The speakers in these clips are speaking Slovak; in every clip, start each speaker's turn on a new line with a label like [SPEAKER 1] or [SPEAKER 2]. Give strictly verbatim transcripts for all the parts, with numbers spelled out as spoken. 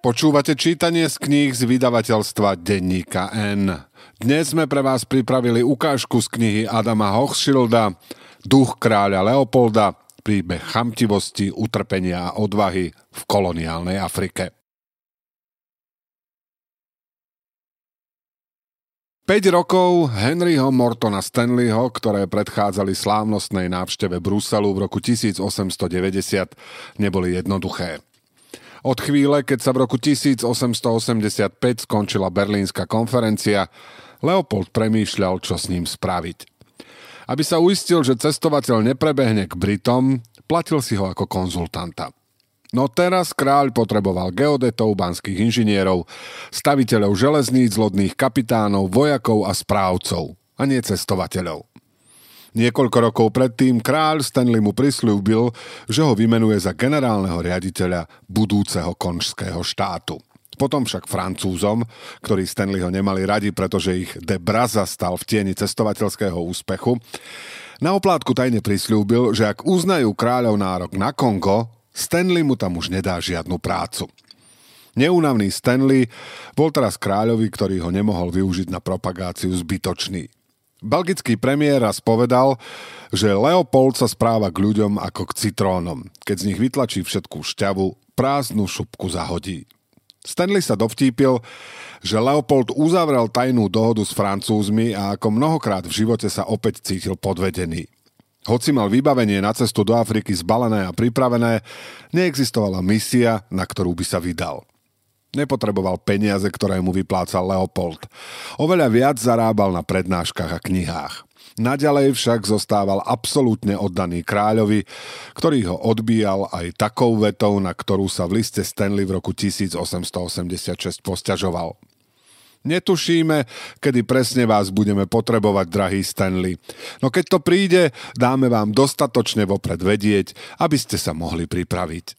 [SPEAKER 1] Počúvate čítanie z kníh z vydavateľstva Denníka N. Dnes sme pre vás pripravili ukážku z knihy Adama Hochschilda Duch kráľa Leopolda, príbeh chamtivosti, utrpenia a odvahy v koloniálnej Afrike. päť rokov Henryho Mortona Stanleyho, ktoré predchádzali slávnostnej návšteve Bruselu v roku tisícosemstodeväťdesiat, neboli jednoduché. Od chvíle, keď sa v roku tisícosemstoosemdesiatpäť skončila Berlínska konferencia, Leopold premýšľal, čo s ním spraviť. Aby sa uistil, že cestovateľ neprebehne k Britom, platil si ho ako konzultanta. No teraz kráľ potreboval geodetov, banských inžinierov, staviteľov železníc, lodných kapitánov, vojakov a správcov, a nie cestovateľov. Niekoľko rokov predtým kráľ Stanley mu prisľúbil, že ho vymenuje za generálneho riaditeľa budúceho konžského štátu. Potom však Francúzom, ktorí Stanleyho nemali radi, pretože ich de Braz zastal v tieni cestovateľského úspechu, na oplátku tajne prisľúbil, že ak uznajú kráľov nárok na Kongo, Stanley mu tam už nedá žiadnu prácu. Neúnavný Stanley bol teraz kráľovi, ktorý ho nemohol využiť na propagáciu, zbytočný. Belgický premiér raz povedal, že Leopold sa správa k ľuďom ako k citrónom. Keď z nich vytlačí všetkú šťavu, prázdnu šupku zahodí. Stanley sa dovtípil, že Leopold uzavrel tajnú dohodu s Francúzmi a ako mnohokrát v živote sa opäť cítil podvedený. Hoci mal vybavenie na cestu do Afriky zbalené a pripravené, neexistovala misia, na ktorú by sa vydal. Nepotreboval peniaze, ktoré mu vyplácal Leopold. Oveľa viac zarábal na prednáškach a knihách. Naďalej však zostával absolútne oddaný kráľovi, ktorý ho odbíjal aj takou vetou, na ktorú sa v liste Stanley v roku tisícosemstoosemdesiatšesť posťažoval. Netušíme, kedy presne vás budeme potrebovať, drahý Stanley. No keď to príde, dáme vám dostatočne vopred vedieť, aby ste sa mohli pripraviť.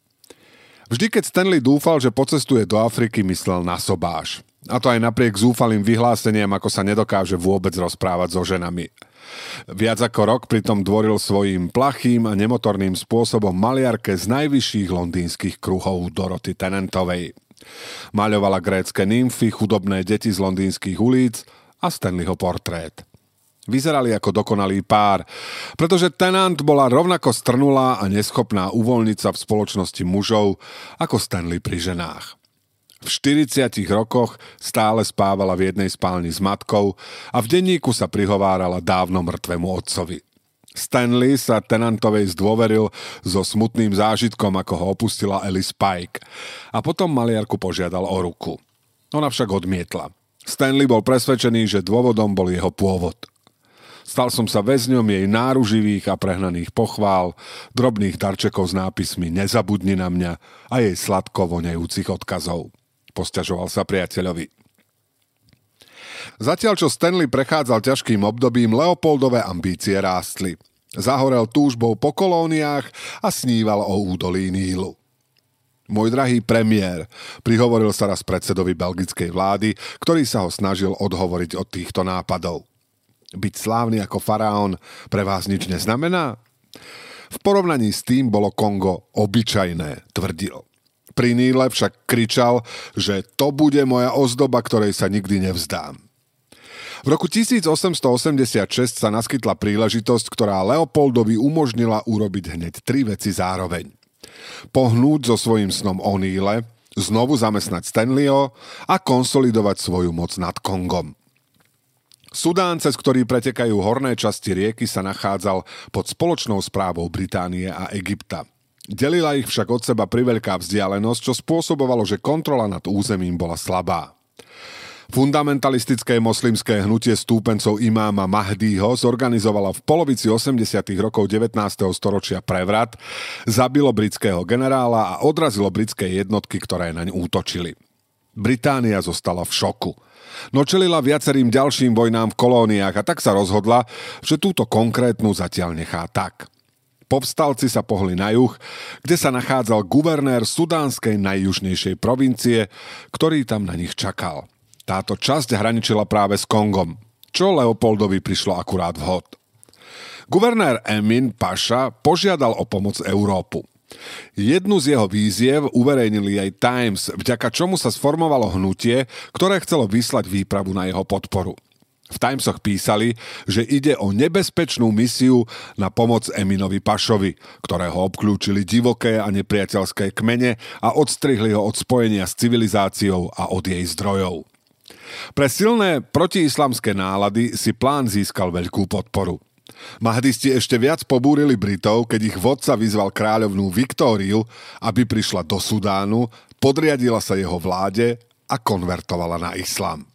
[SPEAKER 1] Vždy, keď Stanley dúfal, že pocestuje do Afriky, myslel na sobáš. A to aj napriek zúfalým vyhláseniam, ako sa nedokáže vôbec rozprávať so ženami. Viac ako rok pritom dvoril svojím plachým a nemotorným spôsobom maliarke z najvyšších londýnskych kruhov Dorothy Tennantovej. Maľovala grécke nymfy, chudobné deti z londýnskych ulic a Stanleyho portrét. Vyzerali ako dokonalý pár, pretože Tennant bola rovnako strnulá a neschopná uvoľniť sa v spoločnosti mužov ako Stanley pri ženách. V štyridsiatich rokoch stále spávala v jednej spálni s matkou a v denníku sa prihovárala dávno mŕtvemu otcovi. Stanley sa Tennantovej zdôveril so smutným zážitkom, ako ho opustila Alice Pike, a potom maliarku požiadal o ruku. Ona však odmietla. Stanley bol presvedčený, že dôvodom bol jeho pôvod. Stal som sa väzňom jej náruživých a prehnaných pochvál, drobných darčekov s nápismi Nezabudni na mňa a jej sladko voňajúcich odkazov. Posťažoval sa priateľovi. Zatiaľ, čo Stanley prechádzal ťažkým obdobím, Leopoldove ambície rástli. Zahorel túžbou po kolóniách a sníval o údolí Nílu. Môj drahý premiér, prihovoril sa raz predsedovi belgickej vlády, ktorý sa ho snažil odhovoriť od týchto nápadov. Byť slávny ako faraón pre vás nič neznamená? V porovnaní s tým bolo Kongo obyčajné, tvrdil. Pri Níle však kričal, že to bude moja ozdoba, ktorej sa nikdy nevzdám. V roku tisícosemstoosemdesiatšesť sa naskytla príležitosť, ktorá Leopoldovi umožnila urobiť hneď tri veci zároveň. Pohnúť so svojím snom o Níle, znovu zamestnať Stanleyho a konsolidovať svoju moc nad Kongom. Sudán, cez ktorý pretekajú horné časti rieky, sa nachádzal pod spoločnou správou Británie a Egypta. Delila ich však od seba priveľká vzdialenosť, čo spôsobovalo, že kontrola nad územím bola slabá. Fundamentalistické moslimské hnutie stúpencov imáma Mahdího zorganizovalo v polovici osemdesiatych rokov devätnásteho storočia prevrat, zabilo britského generála a odrazilo britské jednotky, ktoré naň útočili. Británia zostala v šoku. No čelila viacerým ďalším vojnám v kolóniách a tak sa rozhodla, že túto konkrétnu zatiaľ nechá tak. Povstalci sa pohli na juh, kde sa nachádzal guvernér sudánskej najjužnejšej provincie, ktorý tam na nich čakal. Táto časť hraničila práve s Kongom, čo Leopoldovi prišlo akurát vhod. Guvernér Emin Paša požiadal o pomoc Európu. Jednu z jeho výziev uverejnili aj Times, vďaka čomu sa sformovalo hnutie, ktoré chcelo vyslať výpravu na jeho podporu. V Timesoch písali, že ide o nebezpečnú misiu na pomoc Eminovi Pašovi, ktorého obklúčili divoké a nepriateľské kmene a odstrihli ho od spojenia s civilizáciou a od jej zdrojov. Pre silné protiislamské nálady si plán získal veľkú podporu. Mahdisti ešte viac pobúrili Britov, keď ich vodca vyzval kráľovnú Viktóriu, aby prišla do Sudánu, podriadila sa jeho vláde a konvertovala na islám.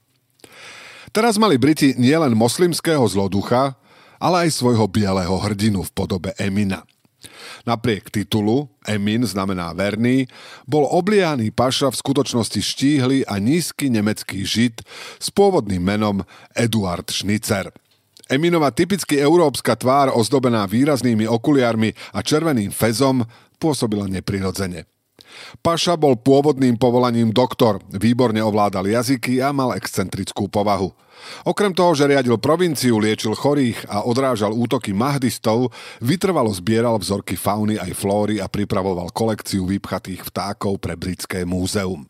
[SPEAKER 1] Teraz mali Briti nielen moslimského zloducha, ale aj svojho bieleho hrdinu v podobe Emina. Napriek titulu, Emin znamená verný, bol obliehaný paša v skutočnosti štíhly a nízky nemecký žid s pôvodným menom Eduard Schnitzer. Eminova typicky európska tvár ozdobená výraznými okuliarmi a červeným fezom pôsobila neprirodzene. Paša bol pôvodným povolaním doktor, výborne ovládal jazyky a mal excentrickú povahu. Okrem toho, že riadil provinciu, liečil chorých a odrážal útoky mahdistov, vytrvalo zbieral vzorky fauny aj flóry a pripravoval kolekciu vypchatých vtákov pre britské múzeum.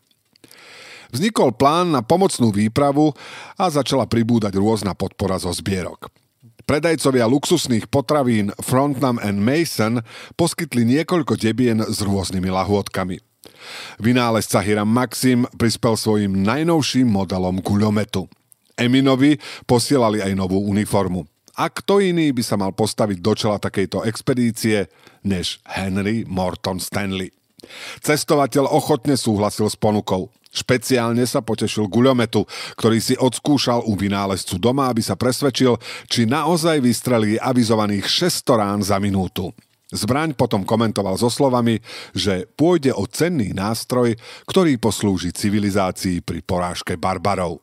[SPEAKER 1] Vznikol plán na pomocnú výpravu a začala pribúdať rôzna podpora zo zbierok. Predajcovia luxusných potravín Frontnam and Mason poskytli niekoľko debien s rôznymi lahôdkami. Vynálezca Hiram Maxim prispel svojim najnovším modelom guľometu. Eminovi posielali aj novú uniformu. A kto iný by sa mal postaviť do čela takejto expedície než Henry Morton Stanley. Cestovateľ ochotne súhlasil s ponukou. Špeciálne sa potešil guľometu, ktorý si odskúšal u vynálezcu doma, aby sa presvedčil, či naozaj vystrelí avizovaných šesťsto rán za minútu. Zbraň potom komentoval so slovami, že pôjde o cenný nástroj, ktorý poslúži civilizácii pri porážke barbarov.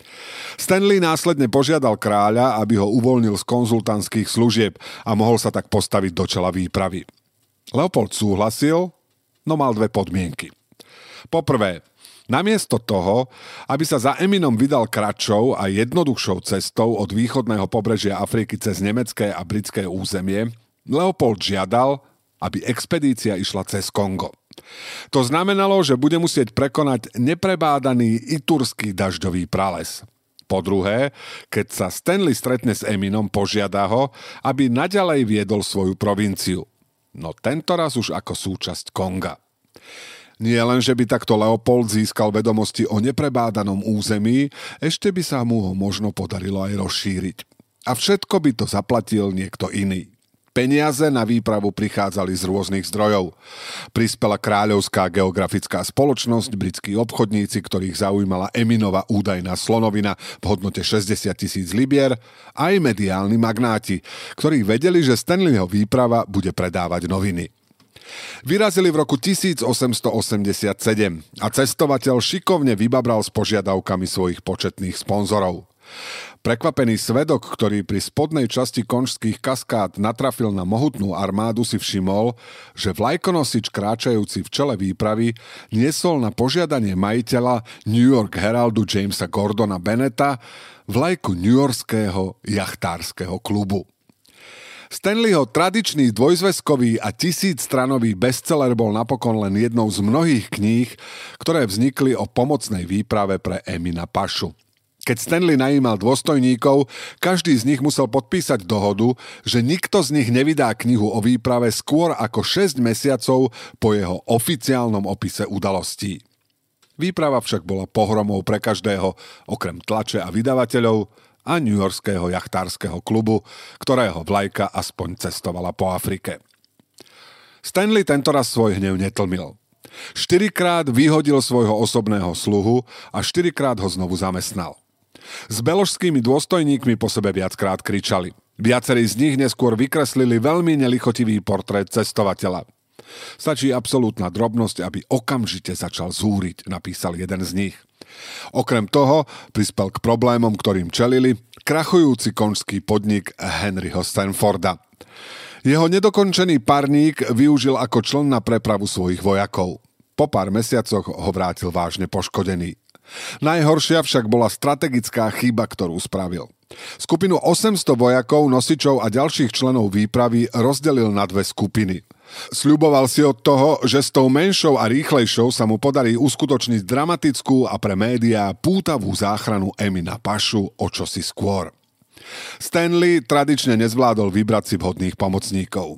[SPEAKER 1] Stanley následne požiadal kráľa, aby ho uvoľnil z konzultantských služieb a mohol sa tak postaviť do čela výpravy. Leopold súhlasil, no mal dve podmienky. Poprvé, namiesto toho, aby sa za Eminom vydal kratšou a jednoduchšou cestou od východného pobrežia Afriky cez nemecké a britské územie, Leopold žiadal, aby expedícia išla cez Kongo. To znamenalo, že bude musieť prekonať neprebádaný iturský dažďový prales. Po druhé, keď sa Stanley stretne s Eminom, požiada ho, aby naďalej viedol svoju provinciu. No tentoraz už ako súčasť Konga. Nie len, že by takto Leopold získal vedomosti o neprebádanom území, ešte by sa mu ho možno podarilo aj rozšíriť. A všetko by to zaplatil niekto iný. Peniaze na výpravu prichádzali z rôznych zdrojov. Prispela Kráľovská geografická spoločnosť, britskí obchodníci, ktorých zaujímala Eminova údajná slonovina v hodnote šesťdesiat tisíc libier, aj mediálni magnáti, ktorí vedeli, že Stanleyho výprava bude predávať noviny. Vyrazili v roku tisícosemstoosemdesiatsedem a cestovateľ šikovne vybabral s požiadavkami svojich početných sponzorov. Prekvapený svedok, ktorý pri spodnej časti konžských kaskád natrafil na mohutnú armádu, si všimol, že vlajkonosič kráčajúci v čele výpravy niesol na požiadanie majiteľa New York Heraldu Jamesa Gordona Bennetta vlajku newyorského jachtárskeho klubu. Stanleyho tradičný dvojzväzkový a tisícstranový bestseller bol napokon len jednou z mnohých kníh, ktoré vznikli o pomocnej výprave pre Emina Pašu. Keď Stanley najímal dôstojníkov, každý z nich musel podpísať dohodu, že nikto z nich nevydá knihu o výprave skôr ako šesť mesiacov po jeho oficiálnom opise udalostí. Výprava však bola pohromou pre každého, okrem tlače a vydavateľov a newyorského jachtárskeho klubu, ktorého vlajka aspoň cestovala po Afrike. Stanley tentoraz svoj hnev netlmil. Štyrikrát vyhodil svojho osobného sluhu a štyrikrát ho znovu zamestnal. S beložskými dôstojníkmi po sebe viackrát kričali. Viacerí z nich neskôr vykreslili veľmi nelichotivý portrét cestovateľa. Stačí absolútna drobnosť, aby okamžite začal zúriť, napísal jeden z nich. Okrem toho prispel k problémom, ktorým čelili, krachujúci konžský podnik Henryho Stanforda. Jeho nedokončený parník využil ako čln na prepravu svojich vojakov. Po pár mesiacoch ho vrátil vážne poškodený. Najhoršia však bola strategická chyba, ktorú spravil. Skupinu osemsto vojakov, nosičov a ďalších členov výpravy rozdelil na dve skupiny. Sľuboval si od toho, že s tou menšou a rýchlejšou sa mu podarí uskutočniť dramatickú a pre médiá pútavú záchranu Emina Pašu o čosi skôr. Stanley tradične nezvládol vybrať si vhodných pomocníkov.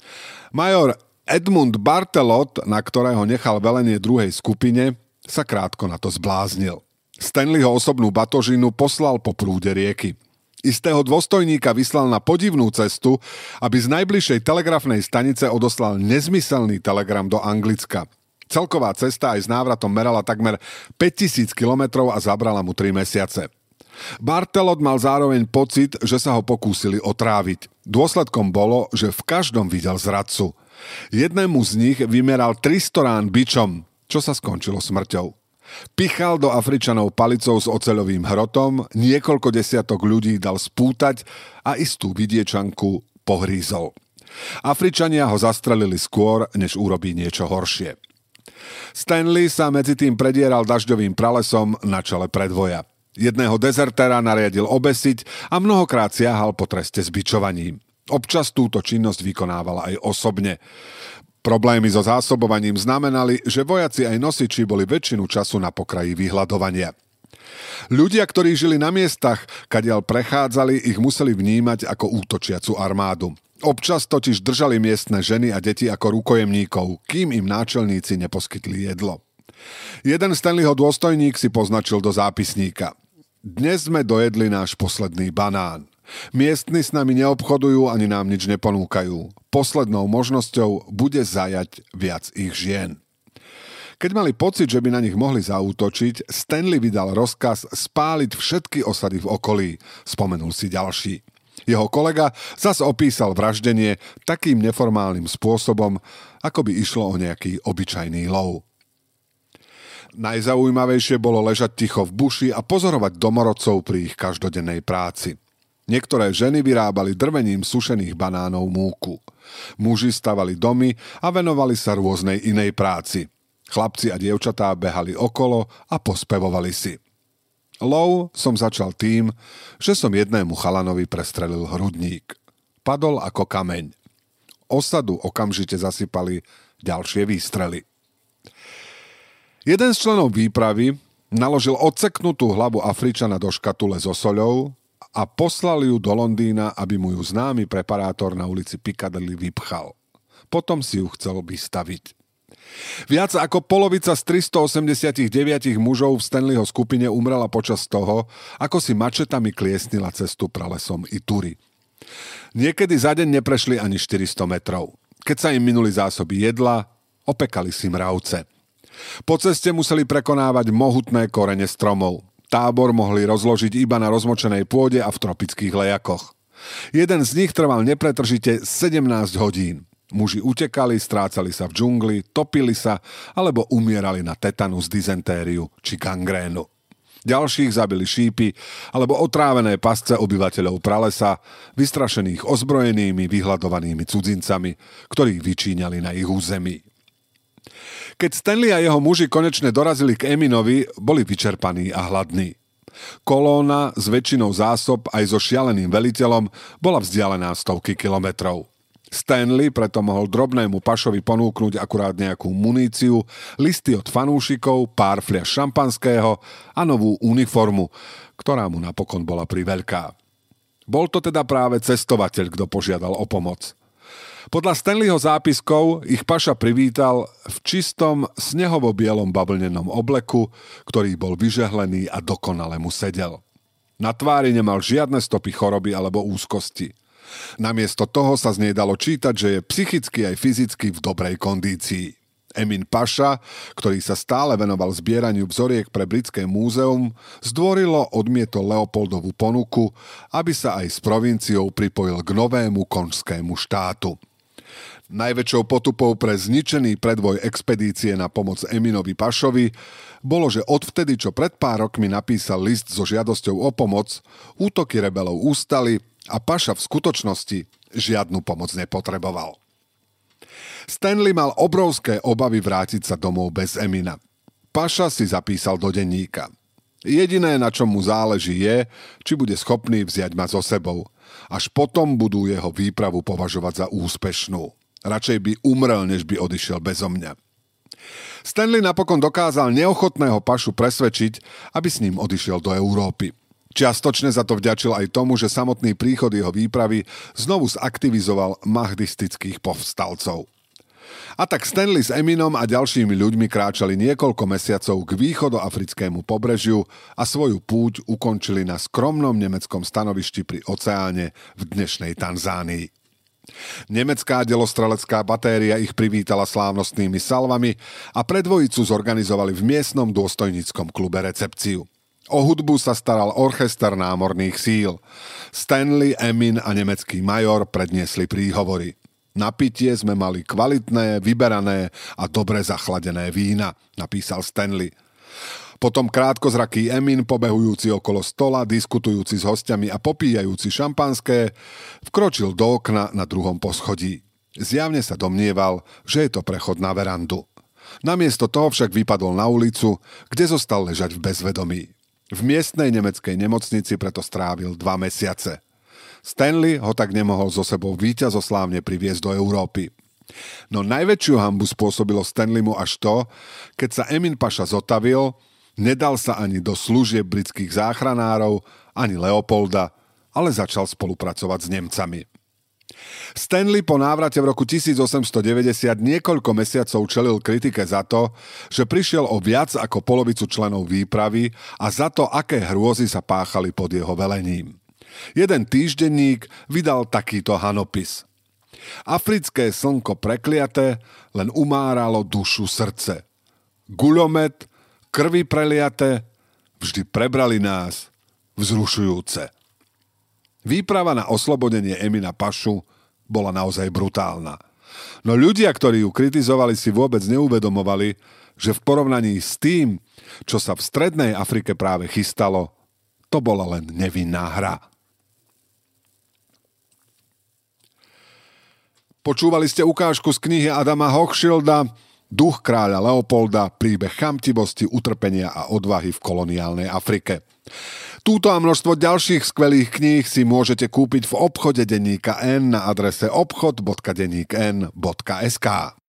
[SPEAKER 1] Major Edmund Bartelot, na ktorého nechal velenie druhej skupine, sa krátko na to zbláznil. Stanleyho osobnú batožinu poslal po prúde rieky. Istého dôstojníka vyslal na podivnú cestu, aby z najbližšej telegrafnej stanice odoslal nezmyselný telegram do Anglicka. Celková cesta aj s návratom merala takmer päťtisíc kilometrov a zabrala mu tri mesiace. Bartelot mal zároveň pocit, že sa ho pokúsili otráviť. Dôsledkom bolo, že v každom videl zradcu. Jednému z nich vymeral tristo rán bičom, čo sa skončilo smrťou. Pichal do Afričanov palicou s oceľovým hrotom, niekoľko desiatok ľudí dal spútať a istú vidiečanku pohrízol. Afričania ho zastrelili skôr, než urobí niečo horšie. Stanley sa medzi tým predieral dažďovým pralesom na čele predvoja. Jedného dezertéra nariadil obesiť a mnohokrát siahal po treste s bičovaním. Občas túto činnosť vykonával aj osobne. Problémy so zásobovaním znamenali, že vojaci aj nosiči boli väčšinu času na pokraji vyhladovania. Ľudia, ktorí žili na miestach, kadiaľ prechádzali, ich museli vnímať ako útočiacu armádu. Občas totiž držali miestne ženy a deti ako rukojemníkov, kým im náčelníci neposkytli jedlo. Jeden Stanleyho dôstojník si poznačil do zápisníka: Dnes sme dojedli náš posledný banán. Miestni s nami neobchodujú ani nám nič neponúkajú. Poslednou možnosťou bude zajať viac ich žien. Keď mali pocit, že by na nich mohli zaútočiť, Stanley vydal rozkaz spáliť všetky osady v okolí, spomenul si ďalší. Jeho kolega zas opísal vraždenie takým neformálnym spôsobom, ako by išlo o nejaký obyčajný lov. Najzaujímavejšie bolo ležať ticho v buši a pozorovať domorodcov pri ich každodennej práci. Niektoré ženy vyrábali drvením sušených banánov múku. Muži stavali domy a venovali sa rôznej inej práci. Chlapci a dievčatá behali okolo a pospevovali si. Lov som začal tým, že som jednému chalanovi prestrelil hrudník. Padol ako kameň. Osadu okamžite zasypali ďalšie výstrely. Jeden z členov výpravy naložil odseknutú hlavu Afričana do škatule so soľou a poslal ju do Londýna, aby mu ju známy preparátor na ulici Piccadilly vypchal. Potom si ju chcel vystaviť. Viac ako polovica z tristoosemdesiatdeväť mužov v Stanleyho skupine umrela počas toho, ako si mačetami kliesnila cestu pralesom Ituri. Niekedy za deň neprešli ani štyristo metrov. Keď sa im minuli zásoby jedla, opekali si mravce. Po ceste museli prekonávať mohutné korene stromov. Tábor mohli rozložiť iba na rozmočenej pôde a v tropických lejakoch. Jeden z nich trval nepretržite sedemnásť hodín. Muži utekali, strácali sa v džungli, topili sa alebo umierali na tetanus, dizentériu či gangrénu. Ďalších zabili šípy alebo otrávené pasce obyvateľov pralesa, vystrašených ozbrojenými, vyhladovanými cudzincami, ktorých vyčíňali na ich území. Keď Stanley a jeho muži konečne dorazili k Eminovi, boli vyčerpaní a hladní. Kolóna s väčšinou zásob aj so šialeným veliteľom bola vzdialená stovky kilometrov. Stanley preto mohol drobnému Pašovi ponúknuť akurát nejakú muníciu, listy od fanúšikov, pár fliaš šampanského a novú uniformu, ktorá mu napokon bola priveľká. Bol to teda práve cestovateľ, kto požiadal o pomoc. Podľa Stanleyho zápiskov ich Paša privítal v čistom snehovo-bielom bavlnenom obleku, ktorý bol vyžehlený a dokonale mu sedel. Na tvári nemal žiadne stopy choroby alebo úzkosti. Namiesto toho sa z nej dalo čítať, že je psychicky aj fyzicky v dobrej kondícii. Emin Paša, ktorý sa stále venoval zbieraniu vzoriek pre britské múzeum, zdvorilo odmietol Leopoldovú ponuku, aby sa aj s provinciou pripojil k novému konžskému štátu. Najväčšou potupou pre zničený predvoj expedície na pomoc Eminovi Pašovi bolo, že odvtedy, čo pred pár rokmi napísal list so žiadosťou o pomoc, útoky rebelov ustali a Paša v skutočnosti žiadnu pomoc nepotreboval. Stanley mal obrovské obavy vrátiť sa domov bez Emina. Paša si zapísal do denníka: Jediné, na čom mu záleží, je, či bude schopný vziať ma so sebou. Až potom budú jeho výpravu považovať za úspešnú. Radšej by umrel, než by odišiel bezo mňa. Stanley napokon dokázal neochotného pašu presvedčiť, aby s ním odišiel do Európy. Čiastočne za to vďačil aj tomu, že samotný príchod jeho výpravy znovu zaktivizoval mahdistických povstalcov. A tak Stanley s Eminom a ďalšími ľuďmi kráčali niekoľko mesiacov k východoafrickému pobrežiu a svoju púť ukončili na skromnom nemeckom stanovišti pri oceáne v dnešnej Tanzánii. Nemecká delostrelecká batéria ich privítala slávnostnými salvami a pre dvojicu zorganizovali v miestnom dôstojníckom klube recepciu. O hudbu sa staral orchester námorných síl. Stanley, Emin a nemecký major predniesli príhovory. Na pitie sme mali kvalitné, vyberané a dobre zachladené vína, napísal Stanley. Potom krátkozraký Emin, pobehujúci okolo stola, diskutujúci s hostiami a popíjajúci šampanské, vkročil do okna na druhom poschodí. Zjavne sa domnieval, že je to prechod na verandu. Namiesto toho však vypadol na ulicu, kde zostal ležať v bezvedomí. V miestnej nemeckej nemocnici preto strávil dva mesiace. Stanley ho tak nemohol so sebou víťazoslávne priviesť do Európy. No najväčšiu hanbu spôsobilo Stanleymu až to, keď sa Emin paša zotavil, nedal sa ani do služieb britských záchranárov, ani Leopolda, ale začal spolupracovať s Nemcami. Stanley po návrate v roku tisícosemstodeväťdesiat niekoľko mesiacov čelil kritike za to, že prišiel o viac ako polovicu členov výpravy a za to, aké hrôzy sa páchali pod jeho velením. Jeden týždenník vydal takýto hanopis. Africké slnko prekliaté len umáralo dušu srdce. Guľomet, krvi preliaté, vždy prebrali nás vzrušujúce. Výprava na oslobodenie Emina pašu bola naozaj brutálna. No ľudia, ktorí ju kritizovali, si vôbec neuvedomovali, že v porovnaní s tým, čo sa v strednej Afrike práve chystalo, to bola len nevinná hra. Počúvali ste ukážku z knihy Adama Hochschilda Duch kráľa Leopolda, príbeh chamtivosti, utrpenia a odvahy v koloniálnej Afrike. Túto a množstvo ďalších skvelých kníh si môžete kúpiť v obchode denníka N na adrese obchod bodka denník n bodka es ká.